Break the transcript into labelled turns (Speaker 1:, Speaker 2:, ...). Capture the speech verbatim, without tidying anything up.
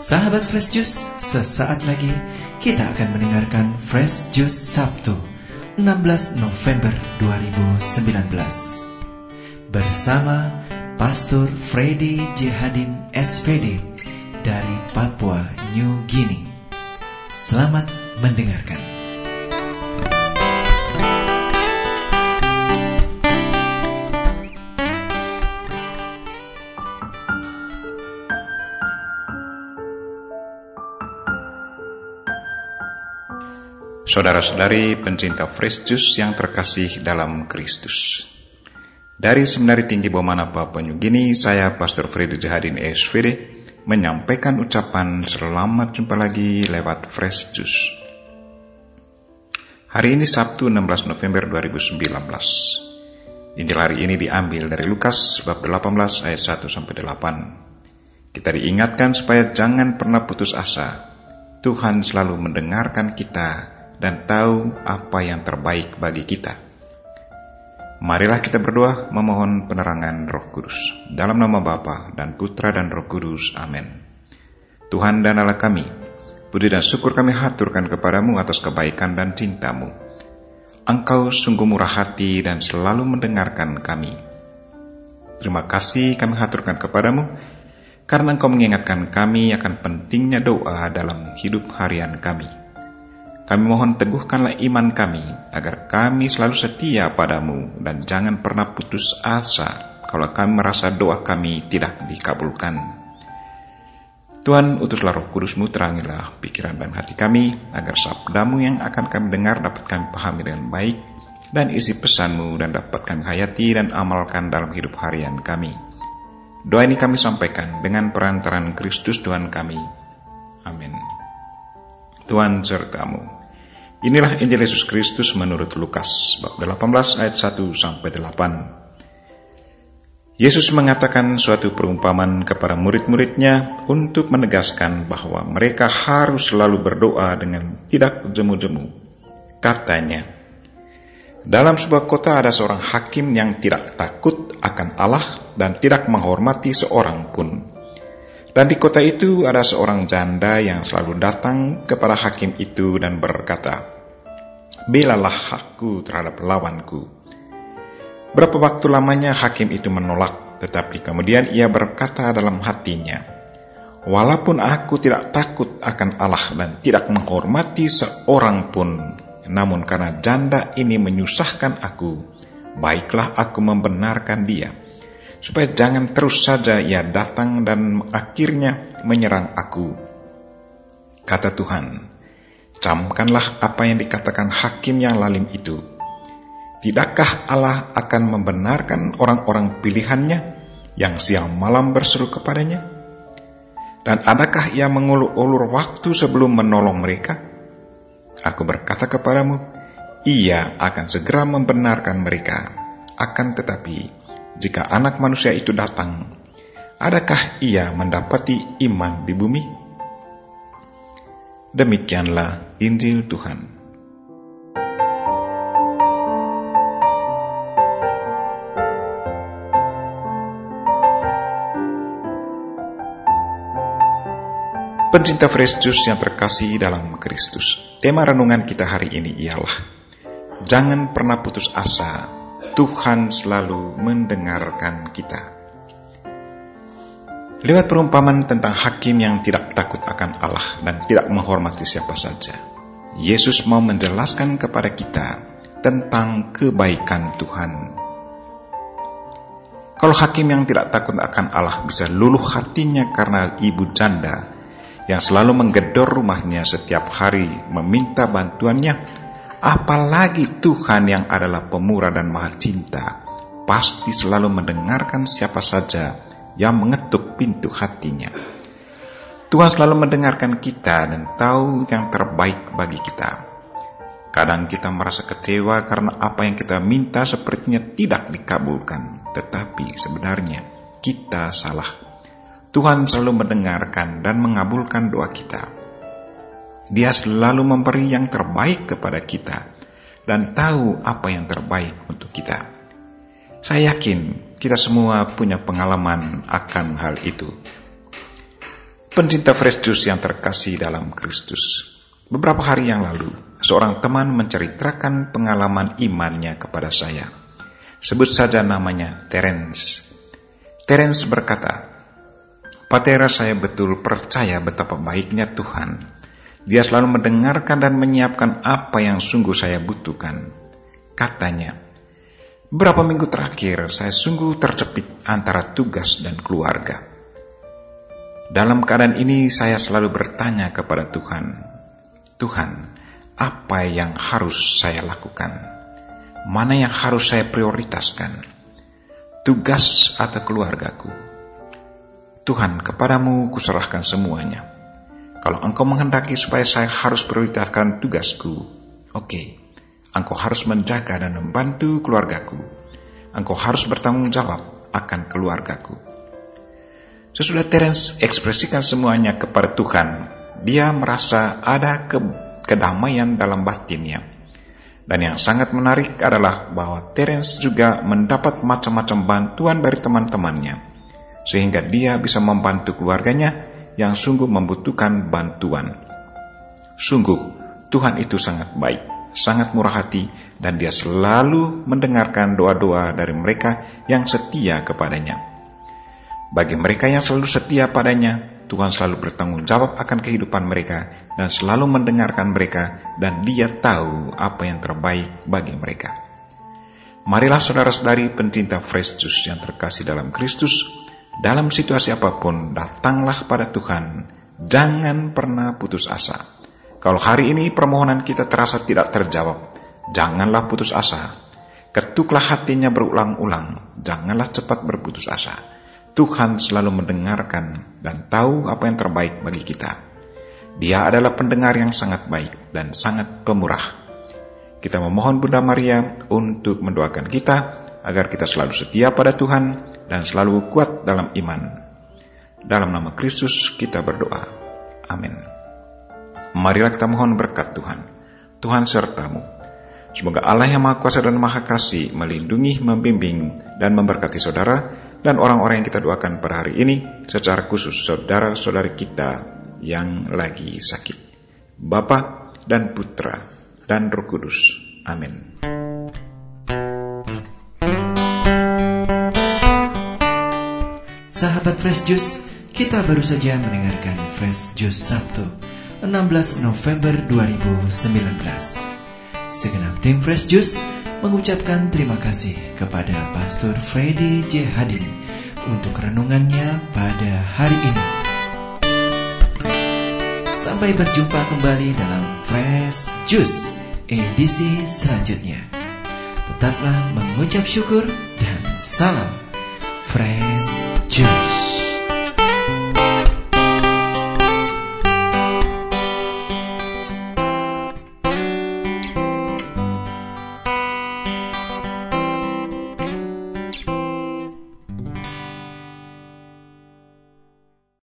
Speaker 1: Sahabat Fresh Juice, sesaat lagi kita akan mendengarkan Fresh Juice Sabtu enam belas November dua ribu sembilan belas bersama Pastor Freddy Jihadin S V D dari Papua New Guinea. Selamat mendengarkan.
Speaker 2: Saudara-saudari pencinta Fresh Juice yang terkasih dalam Kristus. Dari Seminari Tinggi Bomana, Papua New Guinea, saya Pastor Freddy Jihadin S V D menyampaikan ucapan selamat jumpa lagi lewat Fresh Juice. Hari ini Sabtu enam belas November dua ribu sembilan belas. Injil hari ini diambil dari Lukas bab delapan belas ayat satu sampai delapan. Kita diingatkan supaya jangan pernah putus asa. Tuhan selalu mendengarkan kita dan tahu apa yang terbaik bagi kita. Marilah kita berdoa memohon penerangan Roh Kudus. Dalam nama Bapa dan Putra dan Roh Kudus. Amin. Tuhan dan Allah kami, puji dan syukur kami haturkan kepadamu atas kebaikan dan cintamu. Engkau sungguh murah hati dan selalu mendengarkan kami. Terima kasih kami haturkan kepadamu, karena Engkau mengingatkan kami akan pentingnya doa dalam hidup harian kami. Kami mohon teguhkanlah iman kami, agar kami selalu setia padamu dan jangan pernah putus asa kalau kami merasa doa kami tidak dikabulkan. Tuhan, utuslah Roh Kudus-Mu, terangilah pikiran dan hati kami, agar sabdamu yang akan kami dengar dapat kami pahami dengan baik, dan isi pesan-Mu dan dapat kami hayati dan amalkan dalam hidup harian kami. Doa ini kami sampaikan dengan perantaran Kristus Tuhan kami. Amin. Tuhan sertamu. Inilah Injil Yesus Kristus menurut Lukas bab delapan belas ayat satu sampai delapan. Yesus mengatakan suatu perumpamaan kepada murid-muridnya untuk menegaskan bahwa mereka harus selalu berdoa dengan tidak jemu-jemu. Katanya, dalam sebuah kota ada seorang hakim yang tidak takut akan Allah dan tidak menghormati seorang pun. Dan di kota itu ada seorang janda yang selalu datang kepada hakim itu dan berkata, belalah aku terhadap lawanku. Berapa waktu lamanya hakim itu menolak, tetapi kemudian ia berkata dalam hatinya, walaupun aku tidak takut akan Allah dan tidak menghormati seorang pun, namun karena janda ini menyusahkan aku, baiklah aku membenarkan dia, supaya jangan terus saja ia datang dan akhirnya menyerang aku. Kata Tuhan, camkanlah apa yang dikatakan hakim yang lalim itu. Tidakkah Allah akan membenarkan orang-orang pilihannya yang siang malam berseru kepadanya? Dan adakah ia mengulur-ulur waktu sebelum menolong mereka? Aku berkata kepadamu, ia akan segera membenarkan mereka. Akan tetapi, jika anak manusia itu datang, adakah ia mendapati iman di bumi? Demikianlah Injil Tuhan. Pencinta Fresh Juice yang terkasih dalam Kristus, tema renungan kita hari ini ialah jangan pernah putus asa. Tuhan selalu mendengarkan kita. Lewat perumpamaan tentang hakim yang tidak takut akan Allah dan tidak menghormati siapa saja, Yesus mau menjelaskan kepada kita tentang kebaikan Tuhan. Kalau hakim yang tidak takut akan Allah bisa luluh hatinya karena ibu janda yang selalu menggedor rumahnya setiap hari meminta bantuannya, apalagi Tuhan yang adalah pemurah dan maha cinta, pasti selalu mendengarkan siapa saja yang mengetuk pintu hatinya. Tuhan selalu mendengarkan kita dan tahu yang terbaik bagi kita. Kadang kita merasa kecewa karena apa yang kita minta sepertinya tidak dikabulkan, tetapi sebenarnya kita salah. Tuhan selalu mendengarkan dan mengabulkan doa kita. Dia selalu memberi yang terbaik kepada kita dan tahu apa yang terbaik untuk kita. Saya yakin kita semua punya pengalaman akan hal itu. Pencinta Fresh Juice yang terkasih dalam Kristus, beberapa hari yang lalu, seorang teman menceritakan pengalaman imannya kepada saya. Sebut saja namanya Terence. Terence berkata, "Patera, saya betul percaya betapa baiknya Tuhan. Dia selalu mendengarkan dan menyiapkan apa yang sungguh saya butuhkan." Katanya, "Beberapa minggu terakhir saya sungguh terjepit antara tugas dan keluarga. Dalam keadaan ini saya selalu bertanya kepada Tuhan, Tuhan, apa yang harus saya lakukan? Mana yang harus saya prioritaskan? Tugas atau keluargaku? Tuhan, kepadamu kuserahkan semuanya. Kalau Engkau menghendaki supaya saya harus prioritaskan tugasku, oke, Engkau harus menjaga dan membantu keluargaku. Engkau harus bertanggung jawab akan keluargaku." Sesudah Terence ekspresikan semuanya kepada Tuhan, dia merasa ada ke- kedamaian dalam batinnya. Dan yang sangat menarik adalah bahwa Terence juga mendapat macam-macam bantuan dari teman-temannya, sehingga dia bisa membantu keluarganya yang sungguh membutuhkan bantuan. Sungguh, Tuhan itu sangat baik, sangat murah hati, dan dia selalu mendengarkan doa-doa dari mereka yang setia kepadanya. Bagi mereka yang selalu setia padanya, Tuhan selalu bertanggung jawab akan kehidupan mereka dan selalu mendengarkan mereka, dan Dia tahu apa yang terbaik bagi mereka. Marilah saudara-saudari pencinta Fresh Juice yang terkasih dalam Kristus, dalam situasi apapun datanglah pada Tuhan, jangan pernah putus asa. Kalau hari ini permohonan kita terasa tidak terjawab, janganlah putus asa. Ketuklah hatinya berulang-ulang, janganlah cepat berputus asa. Tuhan selalu mendengarkan dan tahu apa yang terbaik bagi kita. Dia adalah pendengar yang sangat baik dan sangat pemurah. Kita memohon Bunda Maria untuk mendoakan kita agar kita selalu setia pada Tuhan dan selalu kuat dalam iman. Dalam nama Kristus kita berdoa. Amin. Marilah kita mohon berkat Tuhan. Tuhan sertamu. Semoga Allah yang Maha Kuasa dan Maha Kasih melindungi, membimbing, dan memberkati saudara dan orang-orang yang kita doakan pada hari ini, secara khusus saudara-saudari kita yang lagi sakit. Bapa dan Putra dan Roh Kudus. Amin.
Speaker 1: Sahabat Fresh Juice, kita baru saja mendengarkan Fresh Juice Sabtu enam belas November dua ribu sembilan belas. Segenap tim Fresh Juice mengucapkan terima kasih kepada Pastor Freddy J. Hadin untuk renungannya pada hari ini. Sampai berjumpa kembali dalam Fresh Juice edisi selanjutnya. Tetaplah mengucap syukur dan salam Fresh